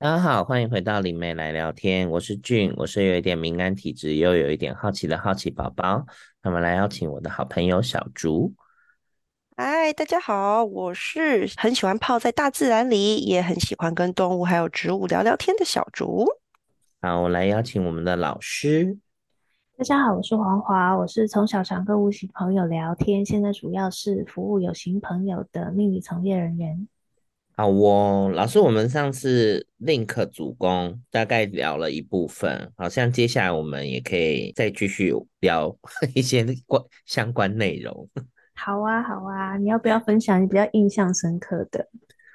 大家好，欢迎回到灵媒来聊天，我是俊，我是有一点敏感体质，又有一点好奇的好奇宝宝。那么来邀请我的好朋友小竹。 嗨，大家好，我是很喜欢泡在大自然里，也很喜欢跟动物还有植物聊聊天的小竹。 好，我来邀请我们的老师。 大家好，我是黄华，我是从小常跟无形朋友聊天，现在主要是服务有形朋友的命理从业人员。 好哦，老师，我们上次 link 主攻大概聊了一部分，好像接下来我们也可以再继续聊一些相关内容。 好啊，好啊，你要不要分享你比较印象深刻的？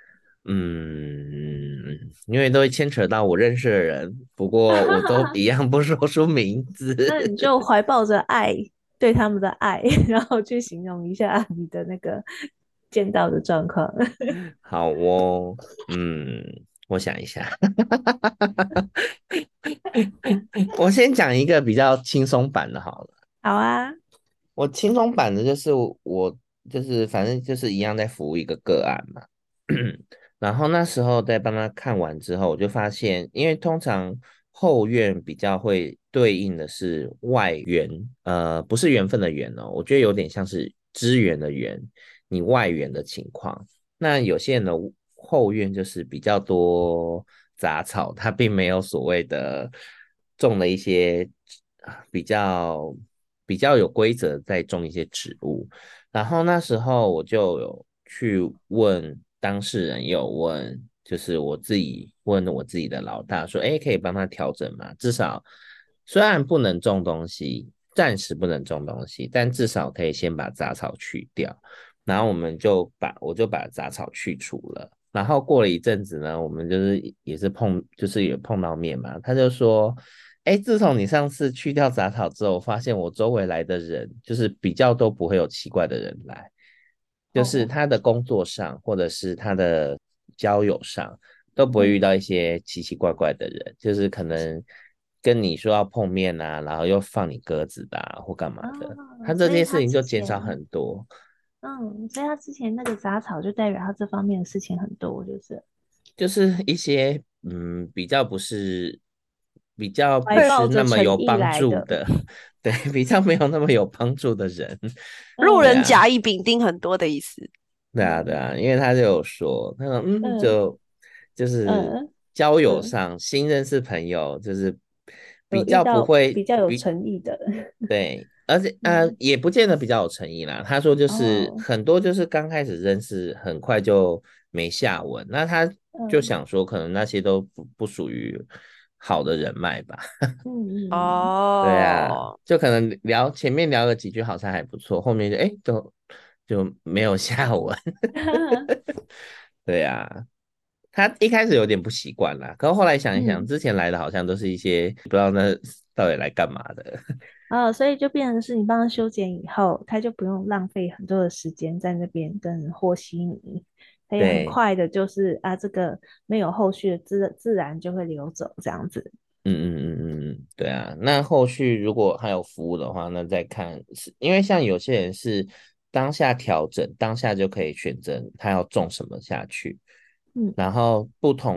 因为都会牵扯到我认识的人，不过我都一样不说出名字。 那你就怀抱着爱，对他们的爱，然后去形容一下你的那个见到的状况。 好哦，嗯，我想一下，我先讲一个比较轻松版的好了。 好啊， 我轻松版的就是我就是反正就是一样在服务一个个案嘛，然后那时候在帮他看完之后，我就发现，因为通常后院比较会对应的是外缘，不是缘分的缘哦，我觉得有点像是支援的援，你外缘的情况。那有些人的后院就是比较多杂草，它并没有所谓的种了一些比较有规则在种一些植物。然后那时候我就有去问当事人，也有问就是我自己问我自己的老大说，哎，可以帮他调整吗？至少虽然不能种东西，暂时不能种东西，但至少可以先把杂草去掉。然后我就把杂草去除了。然后过了一阵子呢，我们就是也是就是有碰到面嘛，他就说，哎，自从你上次去掉杂草之后，我发现我周围来的人就是比较都不会有奇怪的人来，就是哦， 他的工作上或者是他的交友上都不会遇嗯， 到一些奇奇怪怪的人，就是可能跟你说要碰面啊，然后又放你鸽子的啊或干嘛啊， 的，他这所以件事情他之就减少前， 很多。 所以他之前那个杂草就代表他这方面的事情很多，就是。 就是一些比较不怀抱是那么着诚意有帮来的。 助的，对，比较没有那么有帮助的人。 路嗯对啊， 人甲乙丙丁很多的意思。 对啊，对嗯啊，因为他就有说，他说嗯就是嗯交友嗯， 上新认识朋友，就是比较不有遇到会比较有诚意的。 对，而且嗯也不见得比较有诚意啦。他说就是哦很多就是刚开始认识，很快就没下文。那他就嗯想说，可能那些都不属于好的人脉吧。对啊， 哦， 就可能前面聊了几句好像还不错，后面就没有下文。 嗯对啊，他一开始有点不习惯啦，可是后来想一想， 嗯之前来的好像都是一些不知道那到底来干嘛的。 所以就变成是你帮他修剪以后，他就不用浪费很多的时间在那边跟和稀泥，他也很对， 快的，就是这个没有后续的自然就会流走这样子。 对啊。那后续如果还有服务的话，那再看是，因为像有些人是当下调整，当下就可以选择他要种什么下去， 嗯然后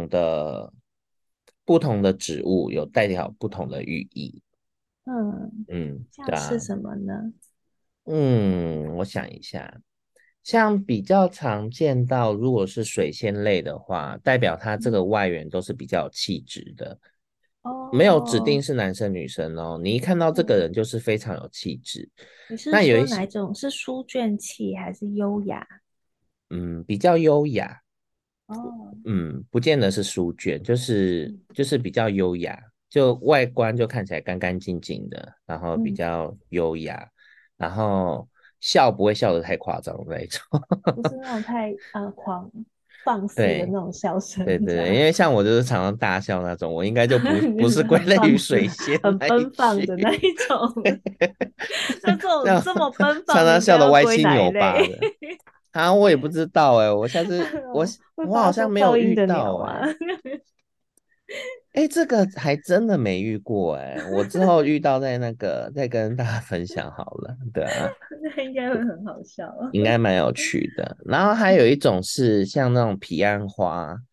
不同的植物有代表不同的寓意。 嗯， 对啊， 像是什么呢？ 我想一下，像比较常见到，如果是水仙类的话，代表它这个嗯外缘都是比较有气质的。没有指定哦， 是男生女生哦，你一看到这个嗯。 人就是非常有气质。 你是那有一些说哪一种是书卷气还是优雅？ 比较优雅， 哦， 不见得是书卷， 嗯就是比较优雅，就外观就看起来干干净净的，然后比嗯， 较优雅，然后笑不会笑得太夸张的那一种。 不是那种太狂放肆的对那种笑声， 对对对，因这样为像我就是常常大笑那种，我应该就不是归很类于放肆、 水仙那一很奔放的那区。 一种。那这这样种这么奔常放的，应该常笑得歪要归七扭哪一类？ 八的。啊，我也不知道哎，我下次会我好发出像没有遇噪音的鸟吗？ 到哎，哎，这个还真的没遇过哎，我之后遇到再跟大家分享好了，对啊， 那应该会很好笑。 应该蛮有趣的。然后还有一种是像那种彼岸花，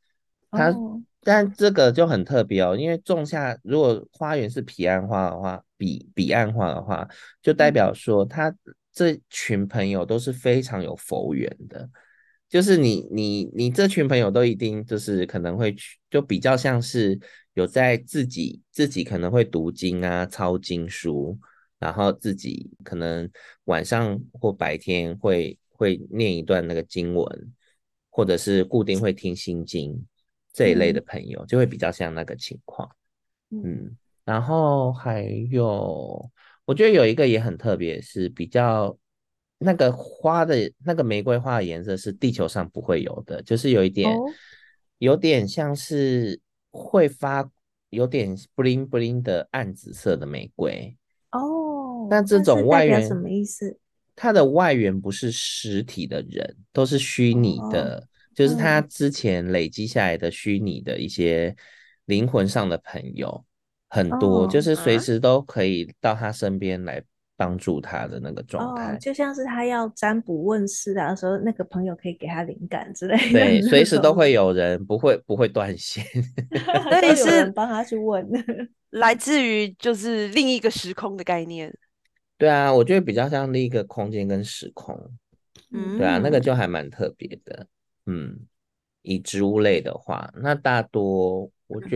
它哦， 但这个就很特别哦，因为种下如果花园是彼岸花的话，彼岸花的话，就代嗯， 表说他这群朋友都是非常有佛缘的，就是你这群朋友都一定就是可能会去，就比较像是有在自己可能会读经啊、抄经书，然后自己可能晚上或白天会念一段那个经文，或者是固定会听心经这一类的嗯朋友，就会比较像那个情况。 嗯， 然后还有，我觉得有一个也很特别，是比较那个花的那个玫瑰花的颜色是地球上不会有的，就是哦有点像是会发有点 bling bling 的暗紫色的玫瑰。但哦，那是这种代表什么意思？ 它的外援不是实体的人，都是虚拟哦， 的，就是他嗯之前累积下来的虚拟的一些灵魂上的朋友很多，就哦是随啊， 时都可以到他身边来帮助他的那个状哦， 态。 就像是他要占卜问事啊的时候，那个朋友可以给他灵感之类的对，随那种， 时都会有人，不会断线。 所都有人以是帮他去问。 来自于就是另一个时空的概念。 对啊，我觉得比较像另一个空间跟时空。 嗯对啊，那个嗯就还蛮特别的。嗯，以植物类的话，那大多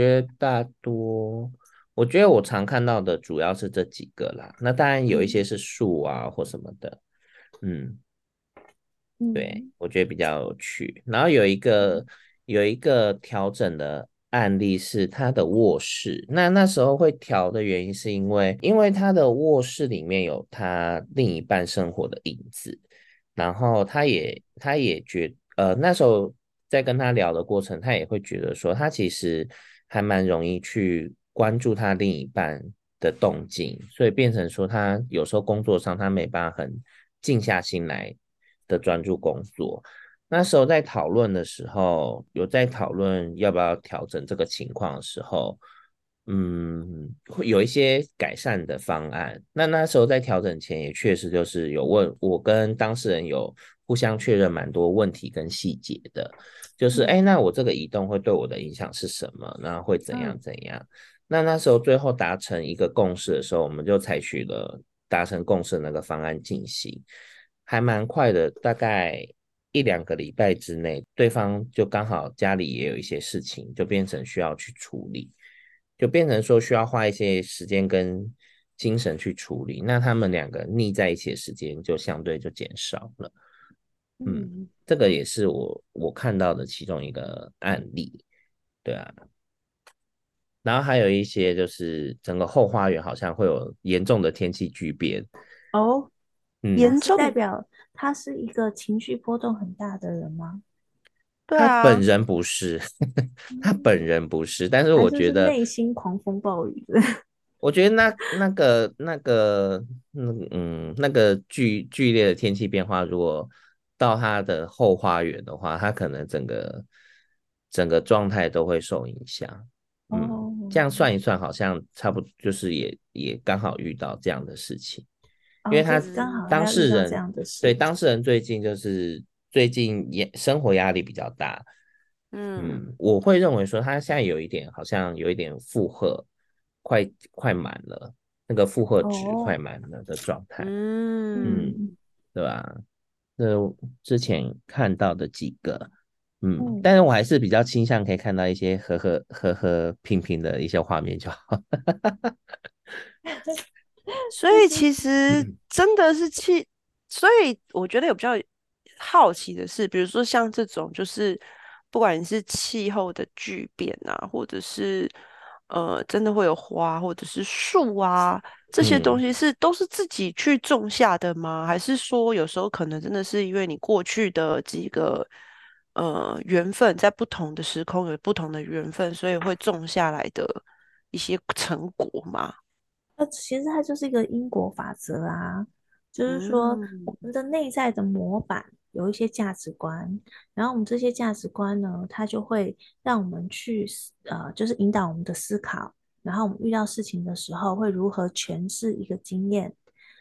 我觉得我常看到的主要是这几个啦。那当然有一些嗯是树啊或什么的。嗯，对， 嗯我觉得比较有趣。然后有一个调整的案例是他的卧室，那时候会调的原因是因为他的卧室里面有他另一半生活的影子，然后他也那时候在跟他聊的过程，他也会觉得说他其实还蛮容易去关注他另一半的动静，所以变成说他有时候工作上他没办法很静下心来的专注工作。那时候在讨论的时候，有在讨论要不要调整这个情况的时候，会有一些改善的方案。那时候在调整前，也确实就是有问我跟当事人有互相确认蛮多问题跟细节的，就是哎， 嗯那我这个移动会对我的影响是什么？那会怎样嗯怎样？那时候最后达成一个共识的时候，我们就采取了达成共识的那个方案进行，还蛮快的，大概一两个礼拜之内，对方就刚好家里也有一些事情，就变成需要去处理，就变成说需要花一些时间跟精神去处理，那他们两个腻在一起的时间就相对就减少了。 嗯， 这个也是我看到的其中一个案例。对啊，然后还有一些就是整个后花园好像会有严重的天气巨变。 哦，那嗯， 是代严重， 表他是一个情绪波动很大的人吗？ 他本对啊， 人不是，他嗯， 本人不是，但是还是是内心狂风暴雨的？ 我觉得那个剧烈的天气变化，如果到他的后花园的话，他可能整个状态都会受影响。 哦这样算一算，好像差不多，就是也刚好遇到这样的事情。因为哦，就他刚好他当要遇到这事人样的事。 对当事人最近生活压力比较大。 嗯我会认为说他现在好像有一点负荷，快满了，那个负荷值快哦， 满了的状态。嗯， 嗯对吧？这之前看到的几个。 嗯但是我还是比较倾向可以看到一些和平平的一些画面就好。 所以其实真的是所以我觉得有比较好奇的是，比如说像这种，就是不管是气候的巨变啊，或者是真的会有花或者是树啊，这些东嗯。 西都是自己去种下的吗？还是说有时候可能真的是因为你过去的几个缘分，在不同的时空有不同的缘分，所以会种下来的一些成果吗？ 其实它就是一个因果法则啊，就是说嗯我们的内在的模板有一些价值观，然后我们这些价值观呢，它就会让我们去就是引导我们的思考，然后我们遇到事情的时候会如何诠释一个经验，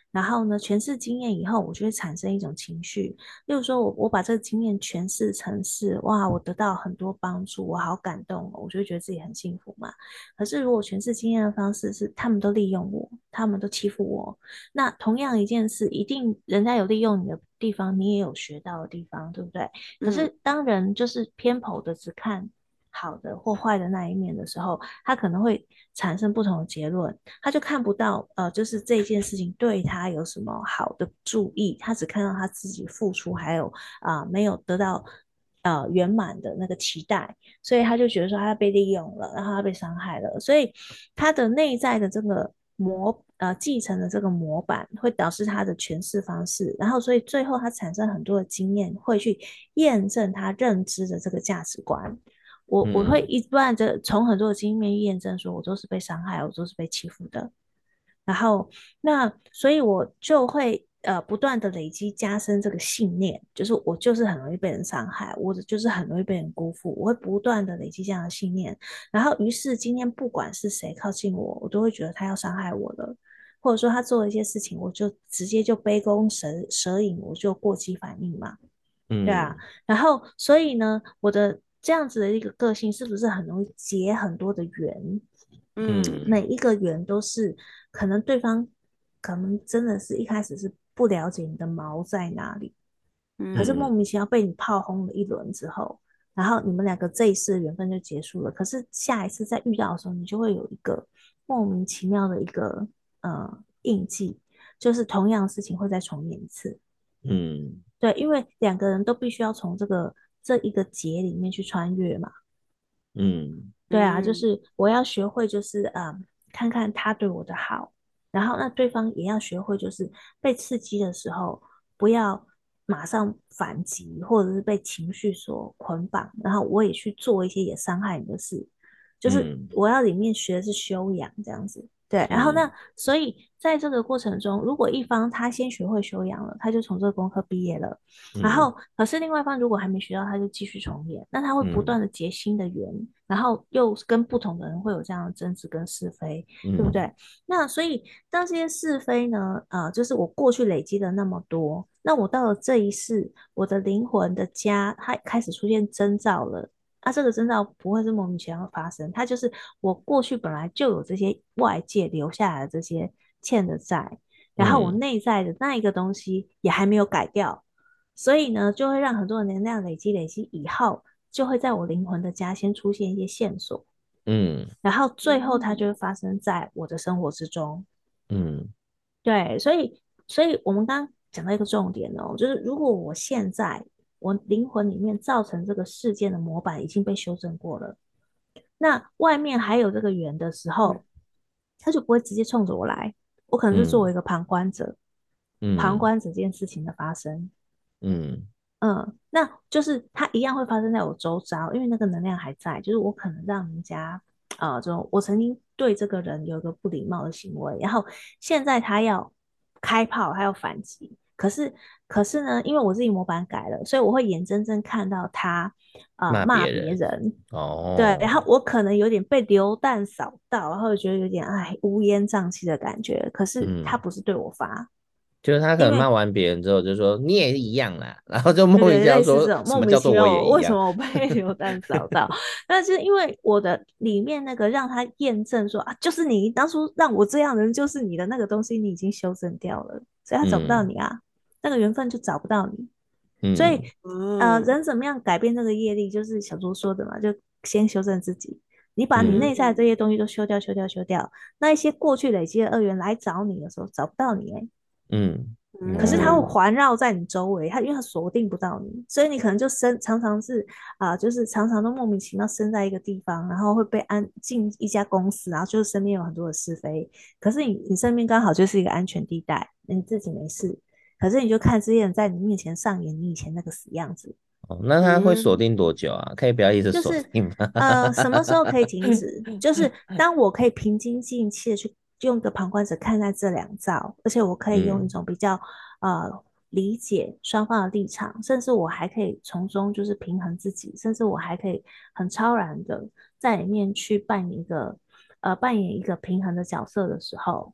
然后呢，诠释经验以后，我就会产生一种情绪，例如说我把这个经验诠释成是哇，我得到很多帮助，我好感动哦，我就会觉得自己很幸福嘛。可是如果诠释经验的方式是他们都利用我，他们都欺负我，那同样一件事，一定人家有利用你的地方，你也有学到的地方，对不对？可是当人就是偏颇的只看好的或坏的那一面的时候，他可能会产生不同的结论，他就看不到就是这件事情对他有什么好的注意，他只看到他自己付出，还有没有得到圆满的那个期待，所以他就觉得说他被利用了，然后他被伤害了，所以他的内在的这个继承的这个模板会导致他的诠释方式，然后所以最后他产生很多的经验，会去验证他认知的这个价值观。我会一段的从很多的经验验证，说我都是被伤害，我都是被欺负的。然后所以我就会不断的累积加深这个信念，就是我就是很容易被人伤害，我就是很容易被人辜负，我会不断的累积这样的信念。然后于是今天不管是谁靠近我，我都会觉得他要伤害我了，或者说他做了一些事情，我就直接就杯弓蛇影，我就过激反应嘛。对啊，然后所以呢，我的这样子的一个个性是不是很容易结很多的缘？每一个缘都是可能对方可能真的是一开始是不了解你的毛在哪里，可是莫名其妙被你炮轰了一轮之后，然后你们两个这一次的缘分就结束了。可是下一次再遇到的时候，你就会有一个莫名其妙的一个印记，就是同样的事情会再重演一次。对，因为两个人都必须要从这一个结里面去穿越嘛。对啊，就是我要学会，就是看看他对我的好，然后那对方也要学会，就是被刺激的时候，不要马上反击，或者是被情绪所捆绑，然后我也去做一些也伤害你的事，就是我要里面学的是修养这样子。对，然后所以在这个过程中，如果一方他先学会修养了，他就从这个功课毕业了，然后可是另外一方如果还没学到，他就继续重演，那他会不断的结新的缘，然后又跟不同的人会有这样的争执跟是非，对不对？那所以当这些是非呢，就是我过去累积了那么多，那我到了这一世，我的灵魂的家，它开始出现征兆了。这个征兆不会是莫名其妙发生，它就是我过去本来就有这些外界留下来的这些欠的债，然后我内在的那一个东西也还没有改掉，所以呢，就会让很多的能量累积以后，就会在我灵魂的家先出现一些线索，然后最后它就会发生在我的生活之中。对，所以我们刚刚讲到一个重点哦，就是如果我现在我灵魂里面造成这个事件的模板已经被修正过了，那外面还有这个缘的时候，他就不会直接冲着我来，我可能是作为一个旁观者，旁观这件事情的发生。那就是它一样会发生在我周遭，因为那个能量还在，就是我可能让人家就我曾经对这个人有一个不礼貌的行为，然后现在他要开炮，他要反击，可是呢，因为我自己模板改了，所以我会眼睁睁看到他骂骂别人别人，对，然后哦， 我可能有点被流弹扫到，然后觉得有点乌烟瘴气的感觉，可是他不是对我发， 就是他可能骂因为完别人之后就说你也一样啦，然后就莫名其对对， 妙说类似这种什么叫做莫名其妙， 我也一样。 为什么我被流弹扫到？那是因为我的里面那个让他验证说就是你当初让我这样的人就是你的那个东西，你已经修正掉了，所以他找不到嗯你啊，那个缘分就找不到你。所以嗯人怎么样改变这个业力，就是小猪说的嘛，就先修正自己。你把你内在的这些东西都修掉，修掉，修掉，那一些过去累积的恶缘来找你的时候，找不到你嗯可是它会哦环绕在你周围，因为它锁定不到你，所以你可能就常常是就是常常都莫名其妙生在一个地方，然后会被进一家公司，然后就是身边有很多的是非，可是你身边刚好就是一个安全地带，你自己没事，可是你就看这些人在你面前上演你以前那个死样子， 哦，那他会锁定多久啊？可以不要一直锁就是定吗？ 什么时候可以停止？就是当我可以平心静气的去用一个旁观者看待这两造，而且我可以用一嗯种比较理解双方的立场，甚至我还可以从中就是平衡自己，甚至我还可以很超然的在里面去扮演一个平衡的角色的时候，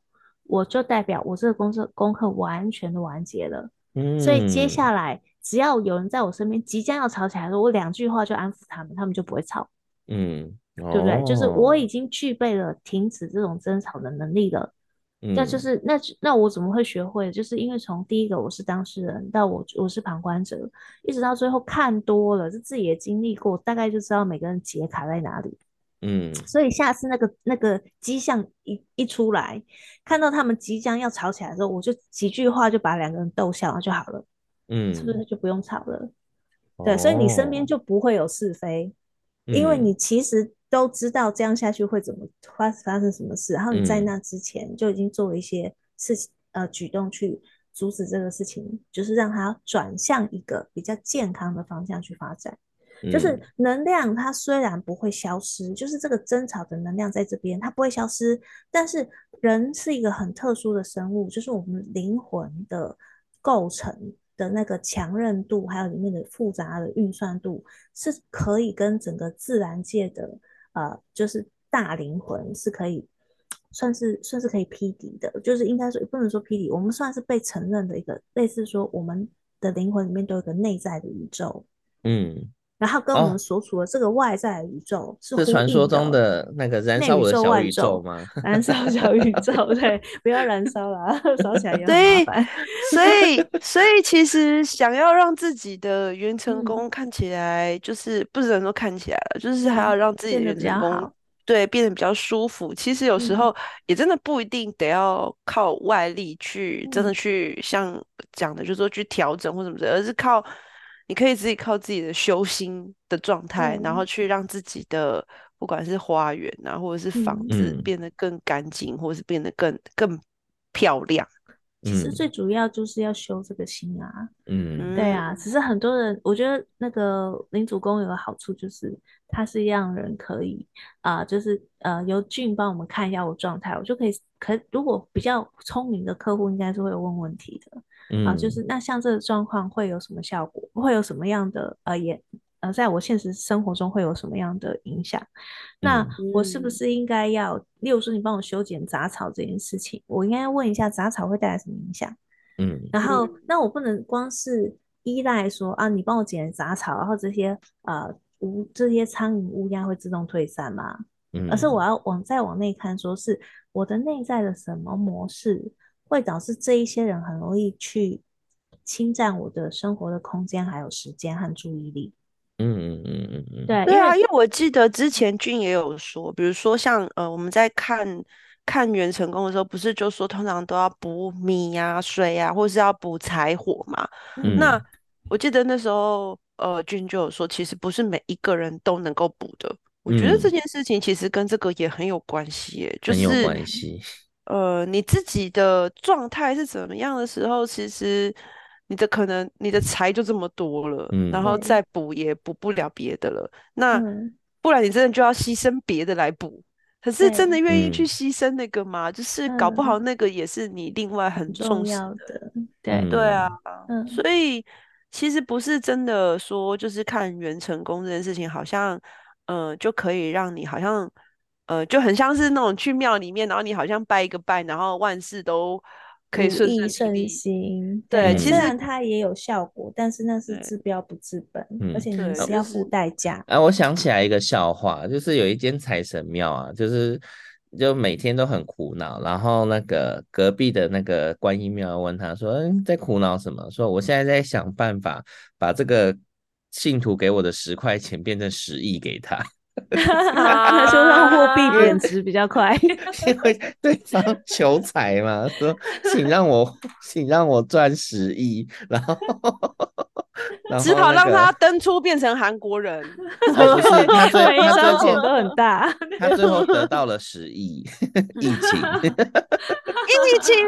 我就代表我这个功课完全的完结了。所以接嗯下来只要有人在我身边即将要吵起来的时候，我2句话就安抚他们，他们就不会吵， 嗯， 对不对？就是我哦， 已经具备了停止这种争吵的能力了。那就嗯是那我怎么会学会？就是因为从第一个我是当事人，到我是旁观者，一直到最后看多了，就自己也经历过，大概就知道每个人结卡在哪里。 嗯所以下次那个迹象一出来，看到他们即将要吵起来的时候，我就几句话就把2个人逗笑就好了，是不嗯， 是就不用吵了？对，所以你身边哦， 就不会有是非，因为嗯你其实都知道这样下去会怎么发生什么事，然后你在嗯那之前就已经做了一些事情举动去阻止这个事情，就是让它转向一个比较健康的方向去发展。就是嗯能量，它虽然不会消失，就是这个争吵的能量在这边，它不会消失。但是人是一个很特殊的生物，就是我们灵魂的构成的那个强韧度，还有里面的复杂的运算度，是可以跟整个自然界的就是大灵魂是可以算是可以匹敌的，就是应该说不能说匹敌，我们算是被承认的一个类似说我们的灵魂里面都有一个内在的宇宙。 嗯， 然后跟我们哦， 所处的这个外在的宇宙是是呼传说中应的哦， 的那个燃烧内宇宙、 我的小宇宙外宇宙， 吗？ 燃烧小宇宙，对，不要燃烧啦，烧起来也很麻对， 烦。 所以其实想要让自己的元成嗯功看起来，就是不只能说看起来了，就是还要嗯， 让自己的变得比元成功较好。 对变得比较舒服。其实有时嗯候也真的不一定得要靠外力去真的嗯去像讲的，就是说去调整或什么的，而是靠你可以自己靠自己的修心的状态，然后对， 去让自己的不管是花园啊，或者是房嗯， 子嗯变得更干净，或者是变得更漂亮。 其实最嗯主要就是要修这个心啊。 嗯对啊， 嗯只是很多人，我觉得那个领主公有个好处就是，它是让人可以就是由俊帮我们看一下我状态，我就可以，如果比较聪明的客户，应该是会问问题的就嗯是那像这个状况会有什么效果，会有什么样的在我现实生活中会有什么样的影响？那嗯我是不嗯是应该要，例如说你帮我修剪杂草这件事情，我应该要问一下杂草会带来什么影响？ 嗯然后， 嗯那我不能光是依赖说你帮我剪杂草，然后这些苍蝇乌鸦会自动退散吗？而是我嗯要再往内看，说是我的内在的什么模式会导致这一些人很容易去侵占我的生活的空间，还有时间和注意力。 嗯嗯嗯嗯对， 对啊， 因为因为我记得之前君也有说，比如说像我们在看元成功的时候，不是就说通常都要补米呀、水呀、或是要补柴火嘛？那嗯， 我记得那时候君就有说，其实不是每一个人都能够补的。我觉得这嗯， 件事情其实跟这个也很有关系耶，就很有是关系。 你自己的状态是怎么样的时候，其实你的财就这么多了，然后嗯对， 再补也补不了别的了，那嗯， 不然你真的就要牺牲别的来补。可是真的对， 愿意去嗯牺牲那个吗？就是搞不好嗯， 那个也是你另外很很重重视要的，对， 对啊， 嗯嗯， 所以其实不是真的说，就是看元成功这件事情，好像就可以让你好像就很像是那种去庙里面，然后你好像拜一个拜，然后万事都可以如顺顺意顺利利。 心， 对， 对， 其实嗯虽然它也有效果，但是那是对治标不治本，而嗯， 且你对， 是要付就是代价。 我想起来一个笑话，就是有一间财神庙啊，就每天都很苦恼，然后那个隔壁的那个观音庙问他说：“嗯，在苦恼什么？”说：“我现在在想办法把这个信徒给我的10块钱变成10亿给他。” 那就让货币因为啊， 贬值比较快。 因为对方求财嘛，说请让我赚10亿，然后然只好让后那个他登出变成韩国人。 哦不是他最每一他最后张钱都很大。 他最后得到了10亿，疫情疫情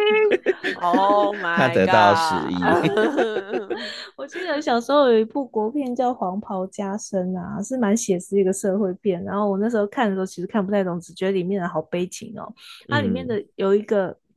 ，Oh 他 my 得到十 god！ 亿， 我记得小时候有一部国片叫《黄袍加身》啊，是蛮写实一个社会片。然后我那时候看的时候，其实看不太懂，只觉得里面的好悲情哦。它里面嗯的有一个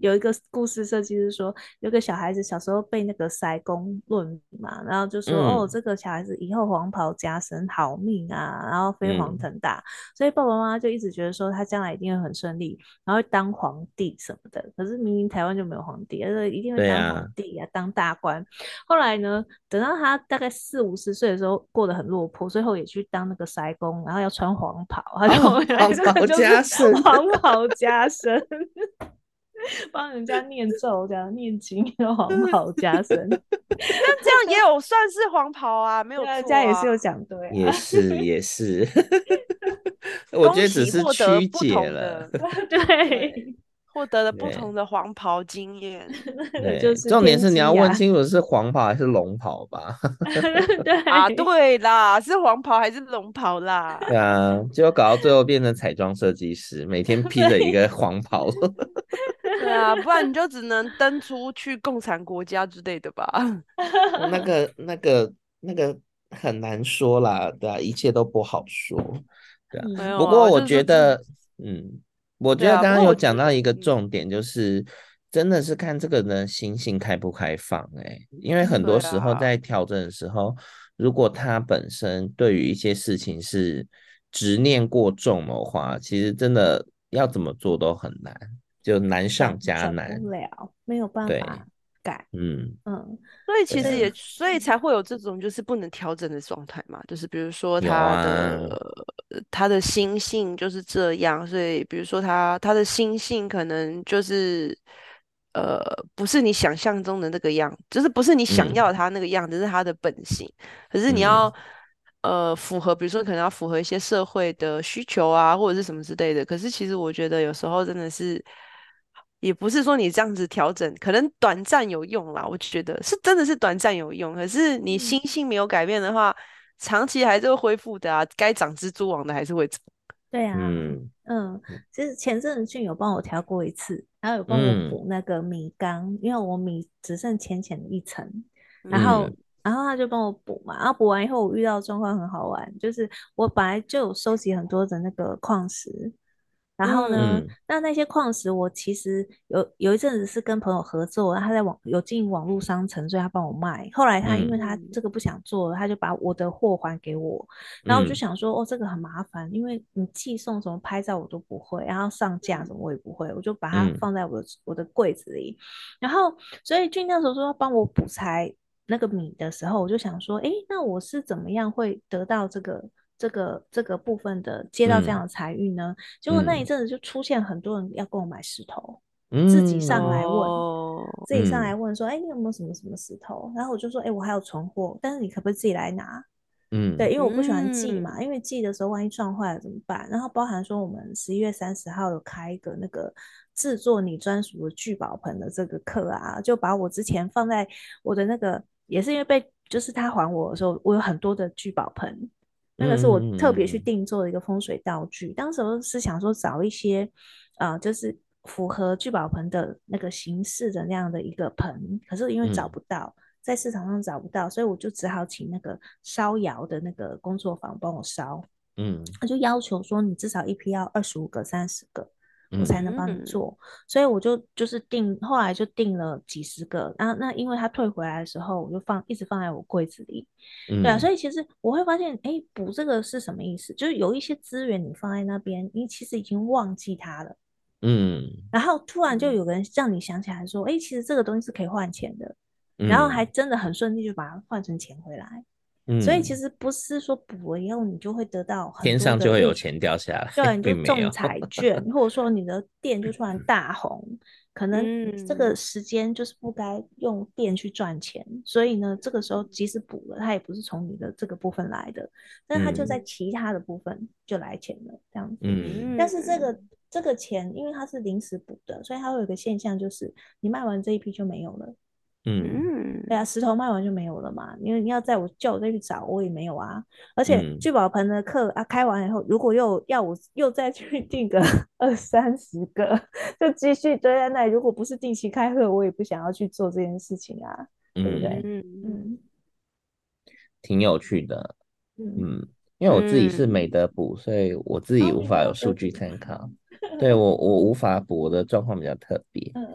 有一个故事设计是说，有个小孩子小时候被那个塞公论名嘛，然后就说哦， 嗯这个小孩子以后黄袍加身，好命啊，然后飞黄嗯， 腾达，所以爸爸妈妈就一直觉得说他将来一定会很顺利，然后会当皇帝什么的。可是明明台湾就没有皇帝，而且一定会当皇对啊， 帝啊，当大官。后来呢，等到他大概40、50岁的时候，过得很落魄，最后也去当那个塞公，然后要穿黄袍，他就哦， 原来黄袍这个就是加身， 黄袍加身，帮人家念咒，这样念经，黄袍加身。 但这样也有算是黄袍啊，没有对啊， 错啊。 家也是有讲对啊， 也是也是，我觉恭得只是喜获得曲不解了。 同的，对， 对， 获得了不同对的黄袍经验那个就对， 是天重点是你要问机啊， 清楚是黄袍还是龙袍吧？ 啊。 对。 对啦，是黄袍还是龙袍啦？ 对啊，结果搞到最后变成彩妆设计师，每天披着一对， 个黄袍。 对啊，不然你就只能登出去共产国家之类的吧。 哦，那个很难说啦，对啊，一切都不好说，对啊。 嗯没有啊， 不过我就是这， 觉得，我觉对啊。不得刚刚有过我觉得， 讲到一个重点，就是真的是看这个人心性开不开放，因为很多时候对啊， 在调整的时候，如果他本身对于一些事情是执念过重的话，其实真的要怎么做都很难，就难上加转难。 不了，没有办对， 法改。 嗯， 嗯， 所以其所以实也，所以才会有这种就是不能调整的状态嘛。就是比如说有啊， 他的心性就是这样，所以比如说他的心性可能就是呃不是你想象中的那个样，就是不是你想嗯要他那个样子，是他的本性。可是你嗯要符合，比如说可能要符合一些社会的需求啊，或者是什么之类的。可是其实我觉得有时候真的是。也不是说你这样子调整，可能短暂有用啦，我觉得是真的是短暂有用。可是你嗯， 心性没有改变的话，长期还是会恢复的啊。该长蜘蛛网的还是会长。 对啊， 嗯嗯，其实前阵子俊有帮我调过一次，然后有帮我嗯补那个米缸，因为我米只剩浅浅的一层，然后嗯他就帮我补嘛，然后补完以后我遇到的状况很好玩，就是我本来就有收集很多的那个矿石，然后呢， 嗯嗯那些矿石我其实有一阵子是跟朋友合作，他在有进网络商城，所以他帮我卖。后来他因为嗯他嗯这个不想做了，他就把我的货还给我。然后我就嗯想说，哦，这个很麻烦，因为你寄送什么拍照我都不会，然后上架什么我也不会，我就把它嗯放在我的柜子里。然后，所以俊那时候说要帮我补材那个米的时候，我就想说，诶，那我是怎么样会得到这个部分的接到这样嗯的财运呢？结果那一嗯阵子就出现很多人要跟我买石头，自己上嗯来问。 哦， 自己上来问说，哎，你有没有什么什么石头？然后我就说，哎，我还有存货，但是你可不可以自己来拿？对， 嗯因为我不喜欢寄嗯嘛，因为寄的时候万一撞坏了怎么办？然后包含说我们11月30号有开一个那个制作你专属的聚宝盆的这个课啊，就把我之前放在我的那个，也是因为就是他还我的时候，我有很多的聚宝盆，那个是我特别去嗯定做的一个风水道具。当时是想说找一些，就是符合聚宝盆的那个形式的那样的一个盆，可是因为找嗯不到。在市场上找不到，所以我就只好请那个烧窑的那个工作坊帮我烧。 嗯他就要求说，你至少一批要25个、30个，我才嗯能帮你嗯做。所以我就是定，后来就定了几十个。然后那因为他退回来的时候，我就一直放在我柜子里。对啊，所嗯以其实我会发现，哎，补这个是什么意思？就是有一些资源你放在那边，你其实已经忘记它了。 嗯然后突然就嗯有个人让你想起来说，哎，其实这个东西是可以换钱的，然后还嗯真的很顺利就把它换成钱回来。所以其嗯， 实不是说补了以后你就会得到很天多上就会有的钱掉下来， 对，你就并没有。 中彩券，或者说你的店就突然大红，可能这个嗯时间就是不该用店去赚钱，所以呢，这个时候即使补了，它也不是从你的这个部分来的，但它就在嗯其他的部分就来钱了，这样子。 嗯但是这嗯个这个钱，因为它是临时补的，所以它会有一个现象，就是你卖完这一批就没有了。 嗯对嗯啊，石头卖完就没有了嘛，因为你要叫我再去找，我也没有啊。而且嗯聚宝盆的课啊，开完以后，如果又要我又再去订个20、30个，就继续堆在那里。如果不是定期开课，我也不想要去做这件事情啊，对不嗯， 对？ 嗯嗯挺有趣的。 嗯， 嗯，因为我自己是没嗯得补，所以我自己哦， 无法有你没有得数据补， 参考。对，我无法补，我的状况比较特别。 嗯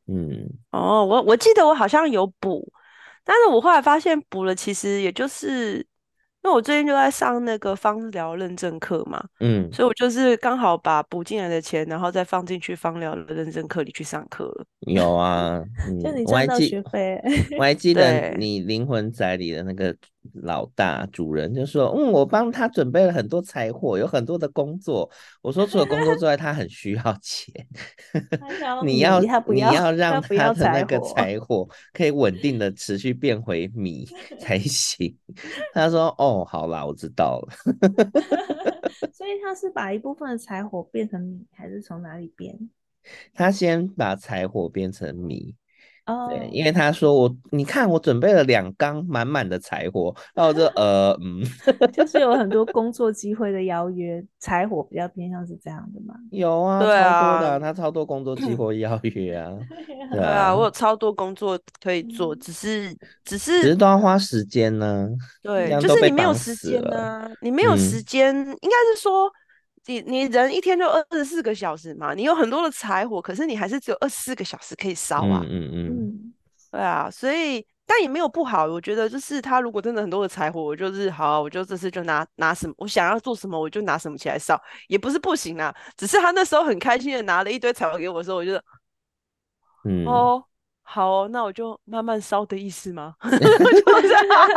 嗯哦，我记得我好像有补，但是我后来发现补了，其实也就是因为我最近就在上那个芳疗认证课嘛， 嗯， 所以我就是刚好把补进来的钱，然后再放进去芳疗的认证课里去上课了。 有啊， 就你我赚到还记学费。 我还记得对， 你灵魂仔里的那个老大主人就说，我帮他准备了很多柴火，有很多的工作。我说除了工作之外，他很需要钱， 他想要你要米，他不要， 你要让他不要他的那个柴火。 柴火可以稳定的持续变回米才行。他说，哦，好啦，我知道了。 所以他是把一部分的柴火变成米，还是从哪里变？ 他先把柴火变成米。对， 哦， 因为他说你看我准备了2缸满满的柴火，然后我就就是有很多工作机会的邀约，柴火比较偏向是这样的嘛？ 有啊， 对超多的啊， 啊他超多工作机会邀约啊，对对啊， 啊， 我有超多工作可以做， 嗯只是只是都要花时间呢，这对， 样就是你没有都被绑时间死了。 呐、你没有时嗯间，应该是说你人一天就24个小时嘛，你有很多的柴火，可是你还是只有24个小时可以烧啊。 嗯嗯嗯嗯， 对啊，所以但也没有不好，我觉得就是他如果真的很多的柴火，我就是好，我就这次就拿什么，我想要做什么我就拿什么起来烧，也不是不行啊，只是他那时候很开心的拿了一堆柴火给我的时候，我就嗯。 哦，好哦，那我就慢慢烧的意思吗？就是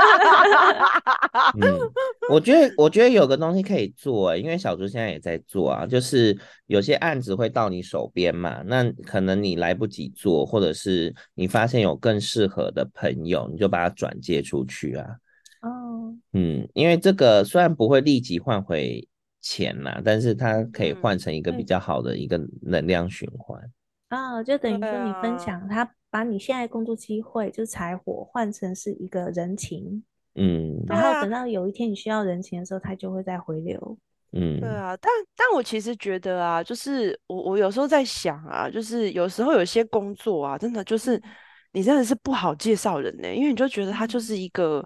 嗯，我觉得有个东西可以做欸，因为小猪现在也在做啊，就是有些案子会到你手边嘛，那可能你来不及做，或者是你发现有更适合的朋友，你就把它转接出去啊。 哦， 因为这个虽然不会立即换回钱啦，但是它可以换嗯， 成一个比对较好的一个能量循环。 啊，就等对于说你分啊， 享，他把你现在工作机会就是柴火换成是一个人情，然嗯对啊， 后等到有一天你需要人情的时候，他就会再回流。 嗯对啊，但我其实觉得啊，就是我有时候在想啊，就是有时候有些工作啊，真的就是嗯你真的是不好介绍人呢，因为你就觉得他就嗯是一个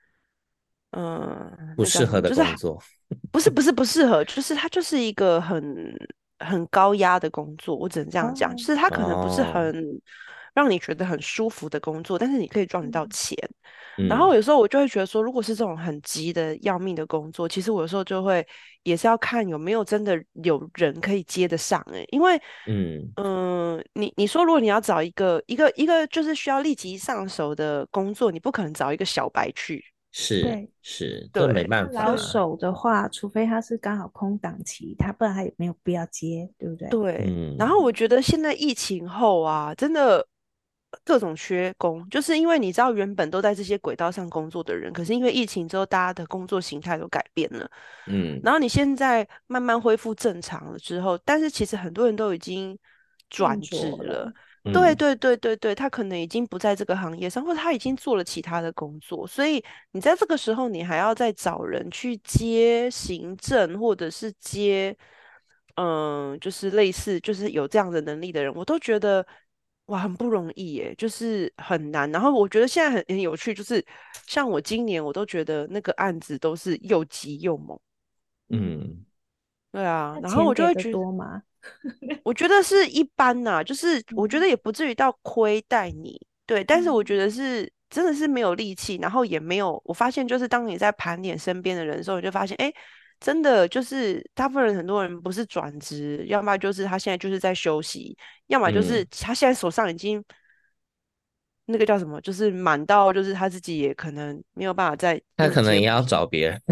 那叫什么？ 不适合的就是工作。 不是不适合，就是它就是一个很高压的工作，我只能这样讲，就哦是它可能不是哦， 很让你觉得很舒服的工作，但是你可以赚得到嗯钱。然后嗯有时候我就会觉得说，如果是这种很急的要命的工作，其实我有时候就会也是要看有没有真的有人可以接得上因为嗯， 你说如果你要找一个就是需要立即上手的工作，你不可能找一个小白去。 是对， 是，这没对， 办法老啊。 手的话，除非他是刚好空档期，他不然他也没有必要接，对不对？ 对，然后嗯我觉得现在疫情后啊，真的各种缺工，就是因为你知道原本都在这些轨道上工作的人，可是因为疫情之后，大家的工作形态都改变了， 嗯， 然后你现在慢慢恢复正常了之后，但是其实很多人都已经笨转职了。 拙了。 对嗯对对对对，他可能已经不在这个行业上，或者他已经做了其他的工作，所以你在这个时候，你还要再找人去接行政，或者是接，就是类似，就是有这样的能力的人，我都觉得哇，很不容易耶，就是很难。然后我觉得现在很有趣，就是像我今年，我都觉得那个案子都是又急又猛， 嗯， 嗯对啊， 那然后钱给的我就会觉多吗？ 我觉得是一般呐、就是我觉嗯得也不至于到亏待你，对，但是我嗯觉得是真的是没有力气，然后也没有，我发现就是当你在盘点身边的人的时候，你就发现，哎，真的就是大部分人很多人不是转职，要么就是他现在就是在休息，要么就是嗯， 他现在手上已经那个叫什么，就是满到就是他自己也可能没有办法再他可能也要接回去。 找别人。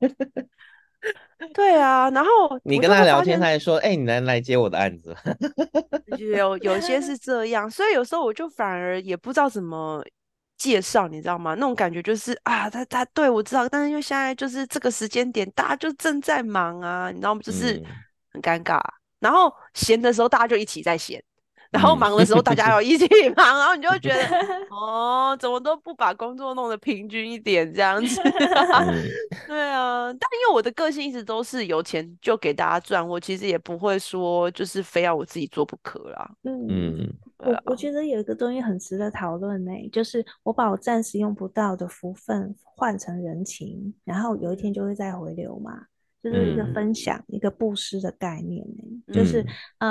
对啊，然后你跟我就他聊天， 会发现他还说：“哎、你来接我的案子。” 有些是这样，所以有时候我就反而也不知道怎么介绍，你知道吗？那种感觉就是啊，他对我知道，但是因为现在就是这个时间点，大家就正在忙啊，你知道吗？就是嗯很尴尬。然后闲的时候大家就一起在闲，然后嗯忙的时候大家要一起忙，然后你就会觉得哦，怎么都不把工作弄得平均一点这样子。 嗯对啊，但因为我的个性一直都是有钱就给大家赚，我其实也不会说就是非要我自己做不可啦。 嗯， 嗯我对啊， 觉得有一个东西很值得讨论呢，就是我把我暂时用不到的福分换成人情，然后有一天就会再回流嘛，就是一个嗯分享、一个布施的概念呢。就是嗯呃，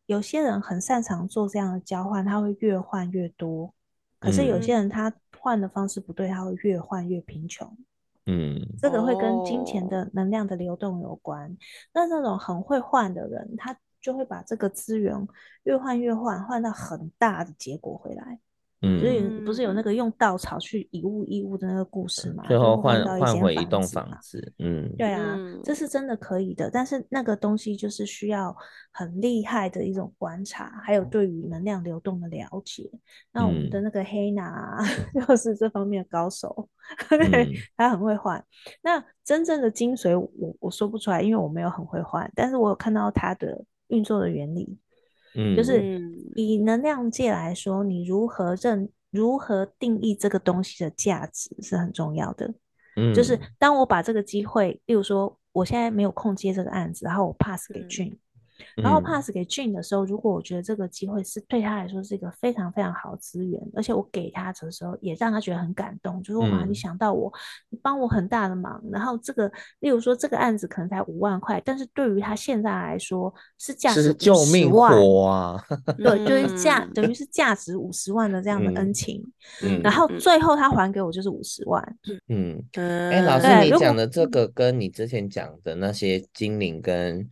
有些人很擅长做这样的交换，他会越换越多。可是有些人他换的方式不对，他会越换越贫穷。这个会跟金钱的能量的流动有关。那这种很会换的人，他就会把这个资源越换越换，换到很大的结果回来。所以不是有那个用稻草去以物易物的那个故事嘛？ 最后就换到一间回一栋房子嘛。 房子。 对啊，这是真的可以的，但是那个东西就是需要很厉害的一种观察，还有对于能量流动的了解。那我们的那个黑娜就是这方面的高手，对，他很会换。那真正的精髓我说不出来，因为我没有很会换，但是我有看到它的运作的原理。就是以能量界来说，你如何定义这个东西的价值是很重要的。就是当我把这个机会，例如说我现在没有空接这个案子，然后我 pass 给俊，然后 pass 给俊的时候，如果我觉得这个机会是对他来说是一个非常非常好的资源，而且我给他的时候也让他觉得很感动，就是哇，你想到我，你帮我很大的忙。然后这个，例如说这个案子可能才5万块，但是对于他现在来说是价值50万啊！ 对，就是等于是价值50万的这样的恩情。然后最后他还给我就是50万。 老师，你讲的这个跟你之前讲的那些精灵跟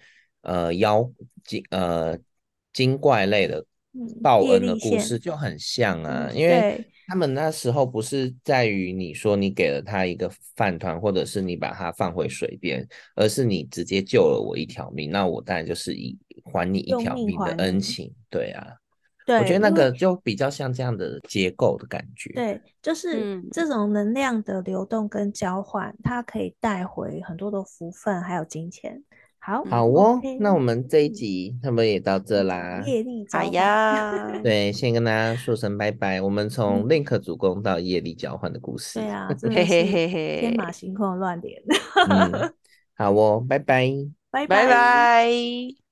精怪类的报恩的故事就很像啊，因为他们那时候不是在于你说你给了他一个饭团，或者是你把它放回水边，而是你直接救了我一条命，那我当然就是还你一条命的恩情。对啊，我觉得那个就比较像这样的结构的感觉。 对，就是这种能量的流动跟交换，它可以带回很多的福分还有金钱。好哦，那我们这一集差不多也到这啦。 业力交换呀， 对，先跟大家说声拜拜。我们从 Link 主攻到业力交换的故事。 对啊，真的是天马行空的乱点。 好哦，拜拜， 拜拜拜。